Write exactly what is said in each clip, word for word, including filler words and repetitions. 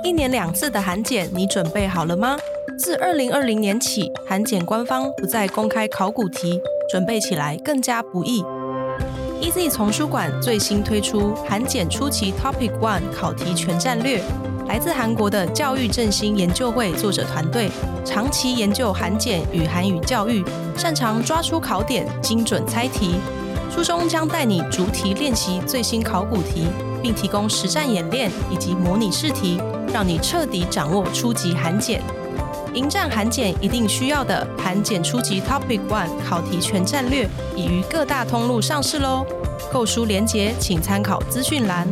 一年两次的韩检，你准备好了吗？自二零二零年起，韩检官方不再公开考古题，准备起来更加不易。E Z 丛书馆最新推出韩检初期 Topic One 考题全战略，来自韩国的教育振兴研究会作者团队，长期研究韩检与韩语教育，擅长抓出考点，精准猜题。书中将带你逐题练习最新考古题，并提供实战演练以及模拟试题，让你彻底掌握初级韩检。迎战韩检一定需要的韩检初级 Topic One 考题全战略已于各大通路上市喽，购书连结请参考资讯栏。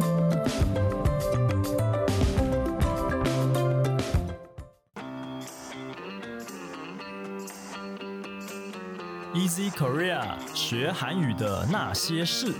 Easy Korea 学韩语的那些事。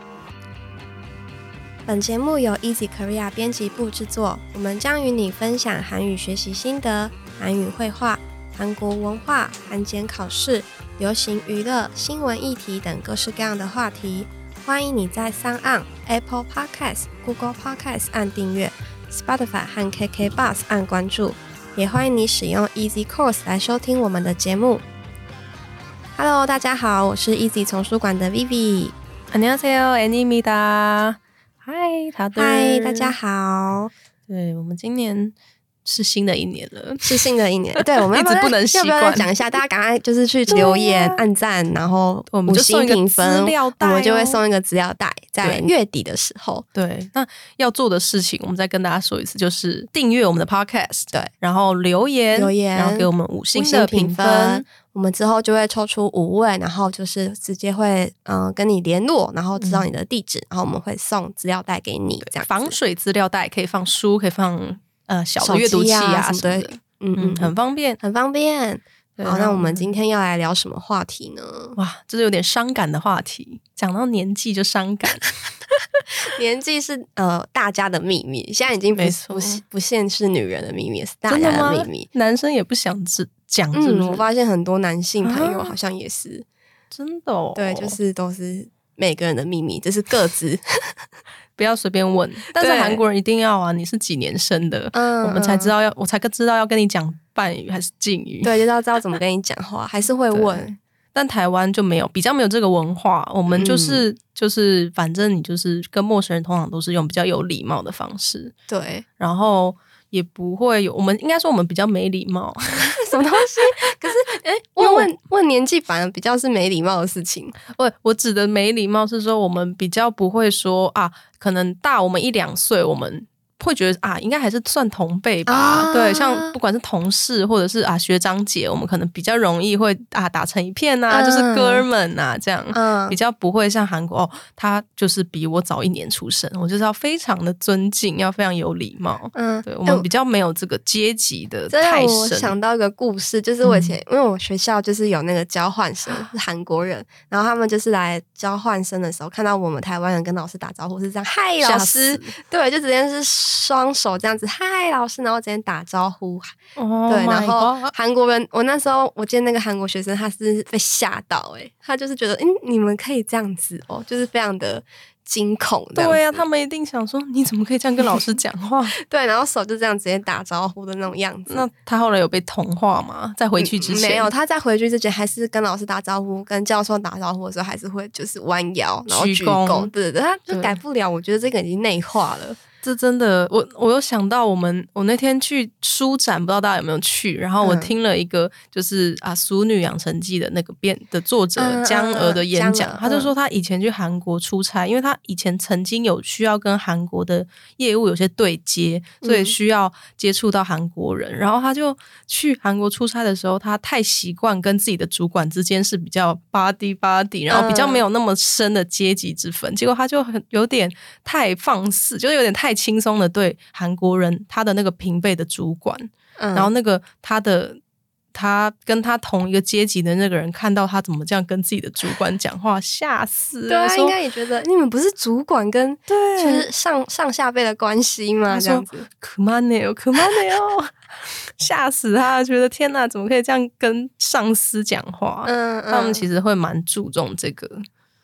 本节目由 Easy Korea 编辑部制作，我们将与你分享韩语学习心得、韩语绘画、韩国文化、韩检考试、流行娱乐、新闻议题等各式各样的话题。欢迎你在 SoundOn、Apple Podcast、Google Podcast 按订阅， Spotify 和 K K Bus 按关注，也欢迎你使用 Easy Course 来收听我们的节目。Hello， 大家好，我是 Easy 丛书馆的 Vivi。 안녕하세요， 애니입니다。嗨，大家嗨，大家好。 对，我们今年是新的一年了， 是新的一年。对，我们一直不能习惯。 要不要讲一下？大家赶快就是去留言、按赞，然后我们就送一个资料袋、哦， 我们就会送一个资料袋，在月底的时候。 对，那要做的事情，我们再跟大家说一次，就是订阅我们的 Podcast， 对， 然后留言， 留言， 然后给我们五星的评分。 我们之后就会抽出五位，然后就是直接会嗯、呃、跟你联络，然后知道你的地址，嗯、然后我们会送资料袋给你，这样防水资料袋可以放书，可以放呃小的阅读器啊什么的，嗯嗯，很方便， 很方便。好，那我们今天要来聊什么话题呢？ 哇，这是有点伤感的话题，讲到年纪就伤感。 年纪是呃大家的秘密，现在已经不不不限是女人的秘密，是大家的秘密。 男生也不想知讲，是不是？ 嗯，我发现很多男性朋友好像也是、啊、 真的哦， 对，就是都是每个人的秘密，这是各自。 不要随便问，但是韩国人一定要啊！你是几年生的，嗯、我们才知道要，我才知道要跟你讲半语还是敬语， 对，就要知道怎么跟你讲话，还是会问。 但台湾就没有，比较没有这个文化，我们就是、嗯、就是反正你就是跟陌生人通常都是用比较有礼貌的方式， 对， 然后也不会有，我们应该说我们比较没礼貌。 什么东西？可是哎，问问问年纪反而比较是没礼貌的事情。 我我指的没礼貌是说我们比较不会说啊，可能大我们一两岁，我们会觉得啊，应该还是算同辈吧、啊。对，像不管是同事或者是啊学长姐，我们可能比较容易会啊打成一片啊，嗯、就是哥们啊这样、嗯，比较不会像韩国哦，他就是比我早一年出生，我就是要非常的尊敬，要非常有礼貌。嗯，对我们比较没有这个阶级的太深。 我想到一个故事，就是我以前、嗯、因为我学校就是有那个交换生是韩国人，然后他们就是来交换生的时候，看到我们台湾人跟老师打招呼是这样，嗨老师，对，就直接是。双手这样子，嗨老师，然后直接打招呼， oh、 对，然后韩国人，我那时候我见那个韩国学生，他是被吓到、欸，哎，他就是觉得，嗯，你们可以这样子哦，就是非常的惊恐。 对啊，他们一定想说，你怎么可以这样跟老师讲话？ 对，然后手就这样直接打招呼的那种样子。 那他后来有被同化吗？在回去之前、 嗯、没有，他在回去之前还是跟老师打招呼，跟教授打招呼的时候还是会就是弯腰，然后鞠躬，对对对，他就改不了。我觉得这个已经内化了。 这真的，我我有想到我们，我那天去书展，不知道大家有没有去？然后我听了一个就是啊《俗女养成记》的那个编的作者江娥的演讲、嗯嗯嗯，他就说他以前去韩国出差，因为他以前曾经有需要跟韩国的业务有些对接，所以需要接触到韩国人、嗯。然后他就去韩国出差的时候，他太习惯跟自己的主管之间是比较 buddy buddy， 然后比较没有那么深的阶级之分，嗯、结果他就很有点太放肆，就是有点太。轻松的对韩国人他的那个平辈的主管、嗯、然后那个他的他跟他同一个阶级的那个人看到他怎么这样跟自己的主管讲话，吓死了。 对啊，应该也觉得你们不是主管跟就是上上下辈的关系吗？这样子 그만해요 그만해요吓死他，觉得天哪，怎么可以这样跟上司讲话？嗯嗯，他们其实会蛮注重这个。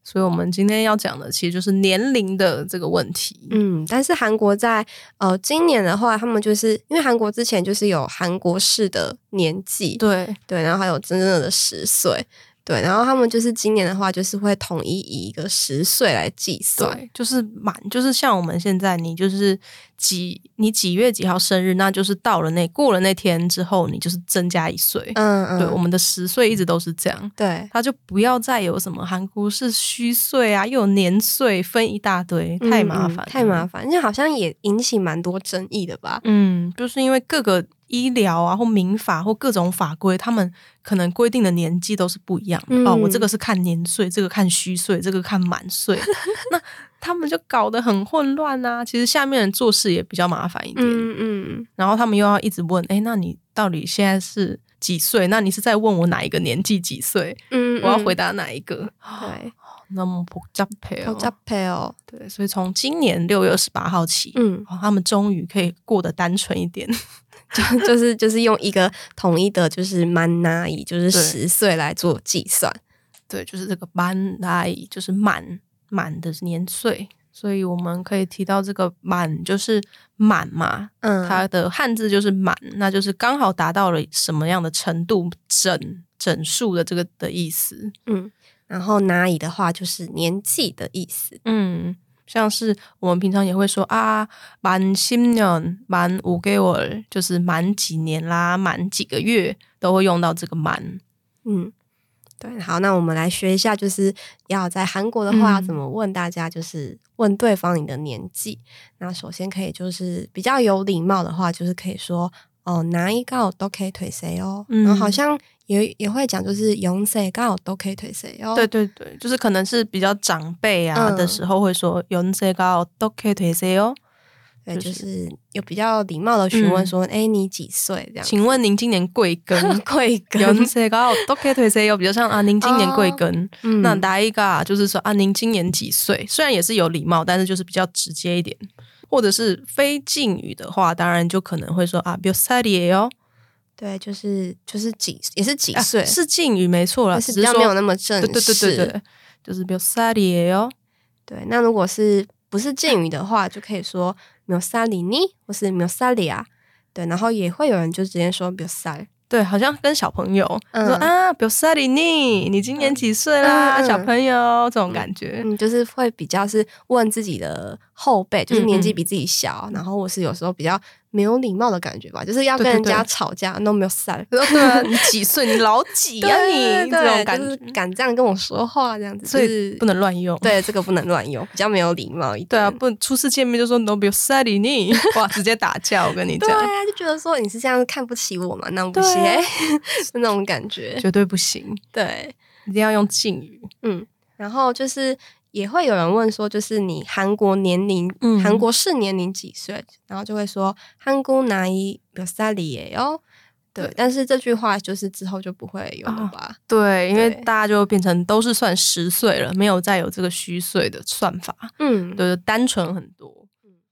所以我们今天要讲的其实就是年龄的这个问题。 嗯，但是韩国在呃今年的话，他们就是因为韩国之前就是有韩国式的年纪， 对对，然后还有真正的十岁。对，然后他们就是今年的话，就是会统一以一个十岁来计算， 对，就是满，就是像我们现在，你就是几，你几月几号生日，那就是到了那过了那天之后，你就是增加一岁。 嗯嗯， 对，我们的十岁一直都是这样。 对， 他就不要再有什么韩国是虚岁啊，又有年岁分一大堆，太麻烦、 嗯嗯，太麻烦，那好像也引起蛮多争议的吧？ 嗯，就是因为各个医疗啊，或民法或各种法规，他们可能规定的年纪都是不一样的、嗯、哦。我这个是看年岁，这个看虚岁，这个看满岁，那他们就搞得很混乱啊。其实下面人做事也比较麻烦一点，嗯嗯。然后他们又要一直问，哎，那你到底现在是几岁？那你是在问我哪一个年纪几岁？嗯, 嗯，我要回答哪一个？ 对。 那么복잡해요， 복잡해요。 对，所以从今年六月二十八号起，嗯、哦，他们终于可以过得单纯一点， 就就是就是用一个统一的，就是만 나이，就是十岁来做计算。 对，就是这个만 나이，就是满满的年岁。所以我们可以提到这个满就是满嘛，嗯，它的汉字就是满，那就是刚好达到了什么样的程度，整整数的这个的意思，嗯。 然后나이的话就是年纪的意思， 嗯，像是我们平常也会说啊，满十年，满五개월，就是满几年啦，满几个月都会用到这个满。 嗯，对，好，那我们来学一下，就是要在韓國的話要怎麼問大家，就是問對方你的年紀。那首先可以就是比較有禮貌的話，就是可以說哦，나이가 어떻게 되세요？然後好像也也會講就是연세가 어떻게 되세요？ 對對對，就是可能是比較長輩啊的時候會說연세가 어떻게 되세요？ 对，就是有比較禮貌的詢問說，哎、嗯，你幾歲？這樣， 請問您今年貴庚？ 貴庚？ 연세가 어떻게 되세요？比較像啊，您今年貴庚？哦嗯、那나이가就是說啊，您今年幾歲？雖然也是有禮貌，但是就是比較直接一點。或者是非敬語的話，當然就可能會說啊，몇 살이에요？ 對，就是就是幾，也是幾歲，啊、 是敬語沒錯啦， 是比較沒有那麼正式。 對對對對對，就是몇 살이에요？對， 那如果是不是敬語的話，就可以說몇 살이니？或是몇 살이야？對，然後也會有人就直接說몇 살。 对，好像跟小朋友、嗯、說啊，몇 살이니？你今年幾歲啦、嗯嗯？小朋友這種感覺， 嗯，就是會比較是問自己的後輩，就是年紀比自己小，嗯嗯然後或是有時候比較沒有禮貌的感覺吧，就是要跟人家吵架，那沒有살， 對啊，你幾歲？你老幾呀、啊、你？這種感覺， 就是敢這樣跟我說話，這樣子， 所以不能亂用。 對，這個不能亂用，比較沒有禮貌一點。 對啊，不初次見面就說no 몇 살이니？哇，直接打架，我跟你講。 對啊，就覺得說你是這樣看不起我嘛？那不行，那種感覺絕對不行。 對， 一定要用敬語。 嗯，然後就是也會有人問說，就是你韓國年齡，嗯，韓國是年齡幾歲？然後就會說한국 나이 몇 살이에요？對，但是這句話就是之後就不會有了吧、哦？ 對，因為大家就變成都是算十歲了，沒有再有這個虛歲的算法。嗯，對，單純很多。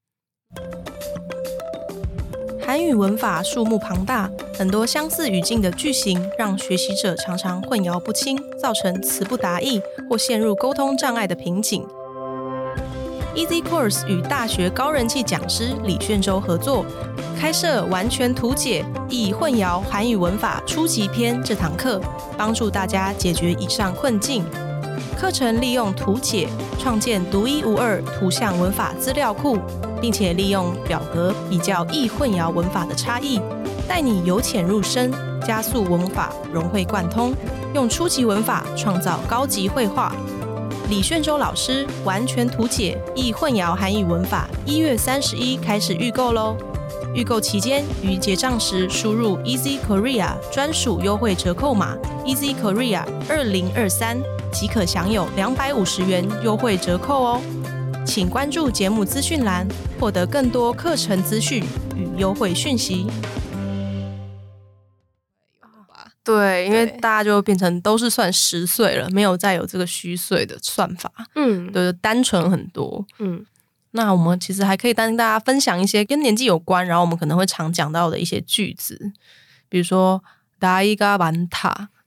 韓語文法數目龐大，很多相似語境的句型讓學習者常常混淆不清，造成詞不達意或陷入溝通障礙的瓶頸。Easy Course 與大學高人氣講師李炫洲合作，開設完全圖解易混淆韓語文法初級篇這堂課，幫助大家解決以上困境。課程利用圖解創建獨一無二圖像文法資料庫，並且利用表格比較易混淆文法的差異，帶你由淺入深，加速文法融會貫通，用初級文法創造高級繪畫。李炫洲老師完全圖解易混淆韓語文法，一月三十一開始預購嘍！預購期間於結賬時輸入 Easy Korea 專屬優惠折扣碼 Easy Korea 二零二三，即可享有兩百五十元優惠折扣哦！請關注節目資訊欄，獲得更多課程資訊與優惠訊息。對，因為大家就變成都是算十歲了，沒有再有這個虛歲的算法，嗯，對，單純很多，嗯。那我們其實還可以跟大家分享一些跟年紀有關，然後我們可能會常講到的一些句子，比如說나이가 많다，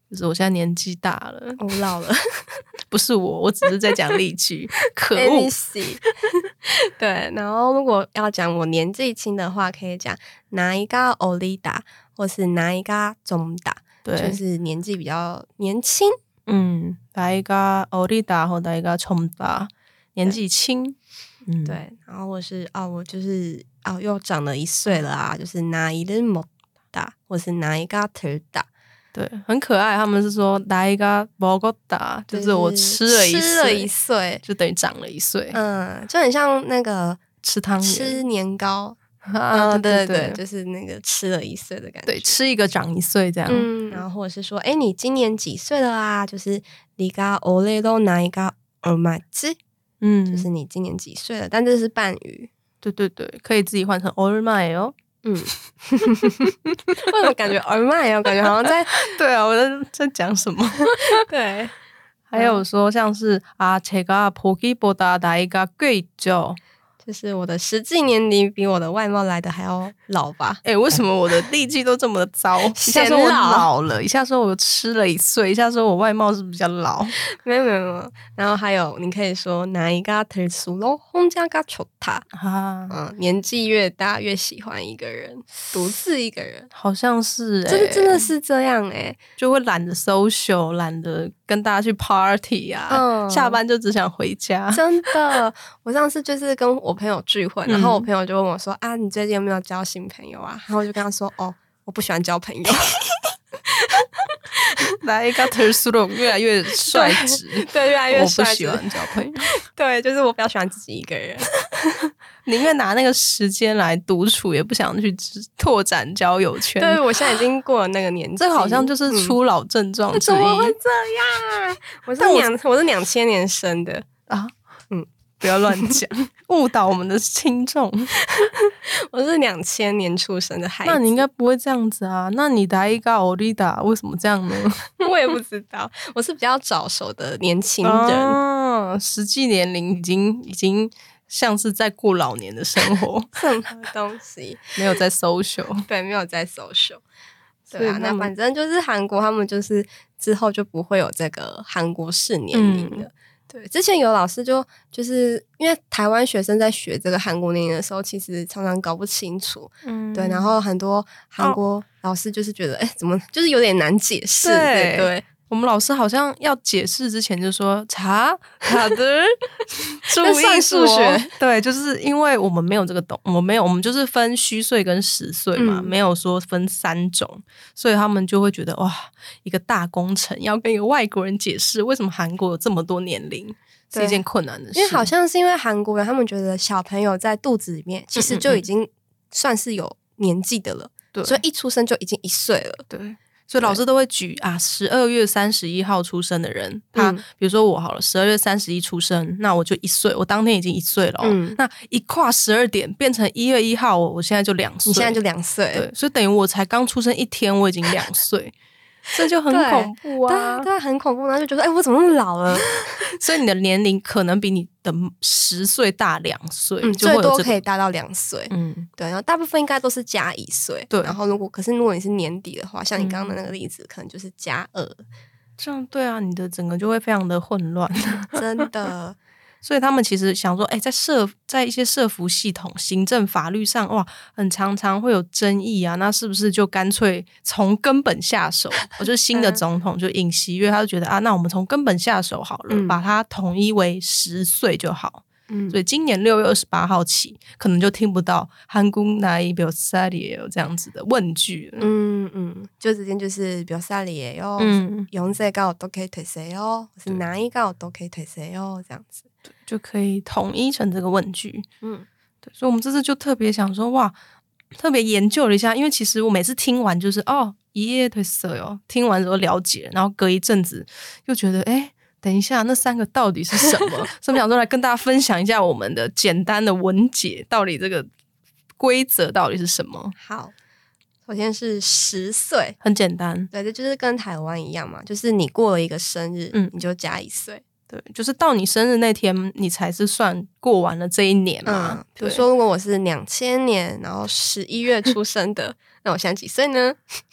就是我现在年纪大了， 我老了， 不是我，我只是在讲例句，可恶。 对，然后如果要讲我年纪轻的话，可以讲哪一个欧丽达，或是哪一个中达， 对， 就是年纪比较年轻。 嗯，哪一个欧丽达或哪一个中达，年纪轻。嗯， 对，然后我是哦，我就是哦，又长了一岁了啊，就是哪一个莫达，或是哪一个特大。 对，很可爱。他们是说哪一个不够大，就是我吃了一岁， 吃了一岁， 就等于长了一岁。 嗯，就很像那个吃汤圆、 吃年糕啊， 嗯、对对对对，就是那个吃了一岁的感觉。 对，吃一个长一岁这样。 嗯，然后或者是说，哎，你今年几岁了啊？就是你がおれの哪一个얼마지？嗯，就是你今年几岁了？但这是半语。 对对对，可以自己换成얼마예요？嗯，为什么感觉얼마예요？感觉好像在对啊，我在在讲什么？ 对， 还有说像是啊，제가 보기보다 나이가 꽤 있죠。 就是我的实际年龄比我的外貌来的还要老吧？ 哎、欸，为什么我的例句都这么糟？一下说我老了，一下说我吃了一岁，一下说我外貌是比较老。 没有没有没有。然后还有，你可以说哪一个特殊咯，혼자가좋다啊，嗯，年纪越大越喜欢一个人，独自一个人， 好像是、欸， 真的真的是这样哎、欸， 就会懒得 social， 懒得跟大家去 party 啊，嗯、下班就只想回家。 真的，我上次就是跟我朋友聚会，然后我朋友就问我说：“嗯、啊，你最近有没有交新朋友啊？”然后我就跟他说：“哦，我不喜欢交朋友。” 来一个特殊的越来越率直， 对，越来越率直。 我不喜欢交朋友， 对，就是我比较喜欢自己一个人， 宁愿拿那个时间来独处，也不想去拓展交友圈。 对，我现在已经过了那个年纪， 这好像就是初老症状之一。 怎么会这样？我是两，我是两千年生的啊，嗯。不要乱讲，误导我们的听众。 我是两千年出生的孩子， 那你应该不会这样子啊？那你的一个欧丽达为什么这样呢？ 我也不知道，我是比较早熟的年轻人， 啊、实际年龄已经已经像是在过老年的生活， 什么东西没有在 social， 对，没有在 social。对啊，那反正就是韩国，他们就是之后就不会有这个韩国式年龄的。嗯对，之前有老师就就是因为台湾学生在学这个韩国年龄的时候，其实常常搞不清楚，嗯，对，然后很多韩国老师就是觉得，哎、哦，怎么就是有点难解释，对 对, 对。 我们老师好像要解释之前就说查好的，注意数学，对，就是因为我们没有这个懂，我们没有，我们就是分虚岁跟实岁嘛、嗯，没有说分三种，所以他们就会觉得哇，一个大工程要跟一个外国人解释为什么韩国有这么多年龄是一件困难的事， 因为好像是因为韩国人他们觉得小朋友在肚子里面其实就已经算是有年纪的了，对，所以一出生就已经一岁了， 对。所以老师都会举啊，十二月三十一号出生的人，他、嗯、比如说我好了，十二月三十一出生，那我就一岁，我当天已经一岁了、哦嗯。那一跨十二点变成一月一号，我我现在就两岁， 你现在就两岁， 对，所以等于我才刚出生一天，我已经两岁。这就很恐怖啊！ 对，对，很恐怖，然后就觉得，哎、欸，我怎么那么老了？ 所以你的年龄可能比你的十岁大两岁、嗯， 最多可以大到两岁。嗯，对，然后大部分应该都是加一岁。对，然后如果可是如果你是年底的话，像你刚刚的那个例子，嗯、可能就是加二。 这样对啊，你的整个就会非常的混乱， 真的。 所以他们其实想说，哎、欸，在社在一些社服系统、行政法律上，哇，很常常会有争议啊。那是不是就干脆从根本下手？我就是新的总统就尹锡悦，他就觉得啊，那我们从根本下手好了，嗯、把它统一为十岁就好。嗯，所以今年六月二十八号起，可能就听不到韩国나이 몇 살이에요这样子的问句了。 嗯嗯，就直接就是몇 살이에요，嗯，연세가 어떻게 되세요，或是나이가 어떻게 되세요这样子。 就可以统一成这个问句，嗯，对，所以我们这次就特别想说，哇，特别研究了一下，因为其实我每次听完就是哦，一夜褪色哟，听完之后了解，然后隔一阵子又觉得，哎，等一下，那三个到底是什么？所以我们想说来跟大家分享一下我们的简单的文解，到底这个规则到底是什么？ 好，首先是十岁， 很简单， 对，这就是跟台湾一样嘛，就是你过了一个生日，嗯，你就加一岁。 对，就是到你生日那天，你才是算过完了这一年嘛。 嗯，比如说，如果我是两千年，然后十一月出生的，那我现在几岁呢？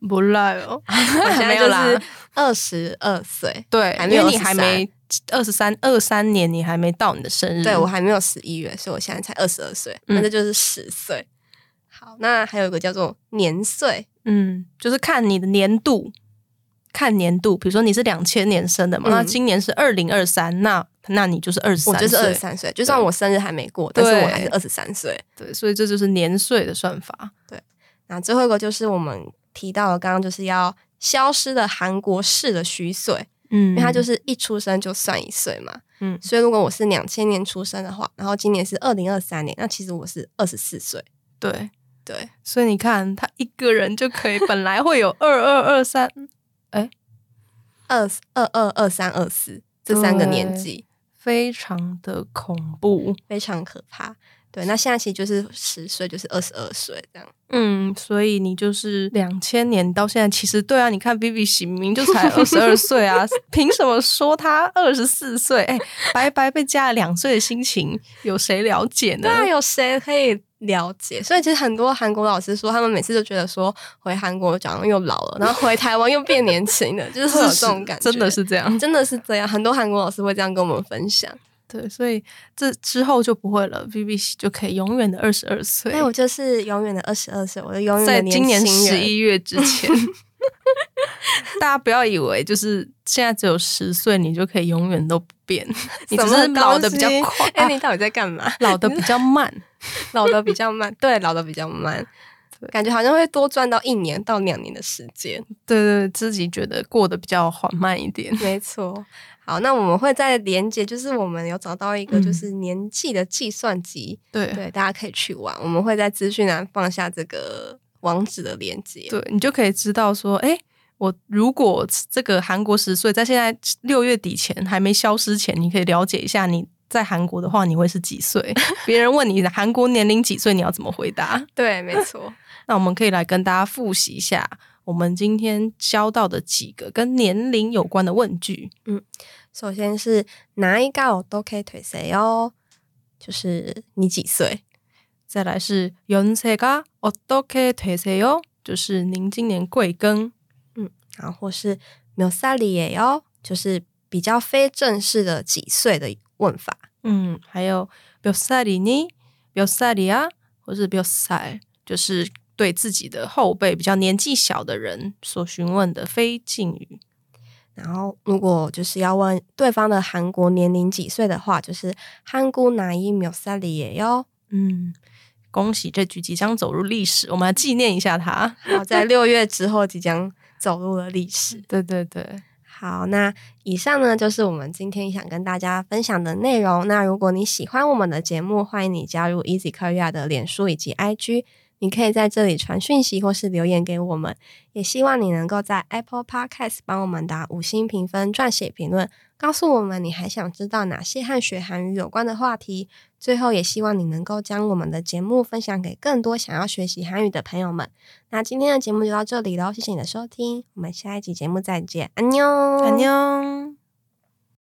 不赖哦， 我现在就是二十二岁， 对， 还没有因为你还没二十三二三年，你还没到你的生日， 对我还没有十一月，所以我现在才二十二岁，那、嗯、这就是十岁。好，那还有一个叫做年岁， 嗯，就是看你的年度，看年度，比如说你是两千年生的嘛，嗯、那今年是二零二三，那那你就是二十三岁， 我就是二十三岁，就算我生日还没过，但是我还是二十三岁。 对，所以这就是年岁的算法。 对，那最后一个就是我们提到的，刚刚就是要消失的韩国式的虚岁，嗯，因为它就是一出生就算一岁嘛，嗯，所以如果我是两千年出生的话，然后今年是二零二三年，那其实我是二十四岁。 对。 对， 所以你看，他一个人就可以，本来会有二二二三，哎， 二二二二三二四这三个年纪， 非常的恐怖， 非常可怕。对，那现在其实就是十岁，就是二十二岁这样。 嗯，所以你就是两千年到现在，其实对啊，你看 Vivi 明明就才二十二岁啊，凭什么说他二十四岁？哎，白白被加了两岁的心情，有谁了解呢？ 对啊，有谁可以了解？所以其实很多韩国老师说，他们每次都觉得说回韩国讲又老了，然后回台湾又变年轻了，就是会有这种感觉。 真的是这样， 真的是这样。很多韩国老师会这样跟我们分享。 对，所以这之后就不会了 ，Vivi 就可以永远的二十二岁。 那我就是永远的二十二岁，我就永远的年轻人。 在今年十一月之前，大家不要以为就是现在只有十岁，你就可以永远都不变，你只是老的比较快。 哎、欸，你到底在干嘛？ 老的比较慢， 老的比较慢，对，老的比较慢。感觉好像会多赚到一年到两年的时间。 对对，自己觉得过得比较缓慢一点。 没错。好，那我们会再连结，就是我们有找到一个就是年纪的计算机，嗯、对对，大家可以去玩。我们会在资讯栏放下这个网址的连结， 对你就可以知道说，哎，我如果这个韩国十岁在现在六月底前还没消失前，你可以了解一下你在韩国的话你会是几岁。别人问你韩国年龄几岁，你要怎么回答？ 对，没错。 那我们可以来跟大家复习一下我们今天教到的几个跟年龄有关的问句。 嗯，首先是나이가 어떻게 되세요？就是你几岁？ 再来是연세가 어떻게 되세요？就是您今年贵庚？ 嗯，然后或是몇 살이에요？就是比较非正式的几岁的问法。 嗯，还有몇 살이니？몇 살이야？或是몇 살？就是对自己的后辈比较年纪小的人所询问的非敬语。 然后如果就是要问对方的韩国年龄几岁的话，就是한국 나이 몇 살이에요？ 嗯，恭喜这句即将走入历史，我们来纪念一下它。 好，在六月之后即将走入了历史。 对对对。 好，那以上呢就是我们今天想跟大家分享的内容。那如果你喜欢我们的节目，欢迎你加入 Easy Korea 的脸书以及 I G， 你可以在这里传讯息或是留言给我们。也希望你能够在 Apple Podcast 帮我们打五星评分，撰写评论，告诉我们你还想知道哪些和学韩语有关的话题。最后也希望你能够将我们的节目分享给更多想要学习韩语的朋友们。那今天的节目就到这里咯，谢谢你的收听，我们下一集节目再见，안녕， 안녕。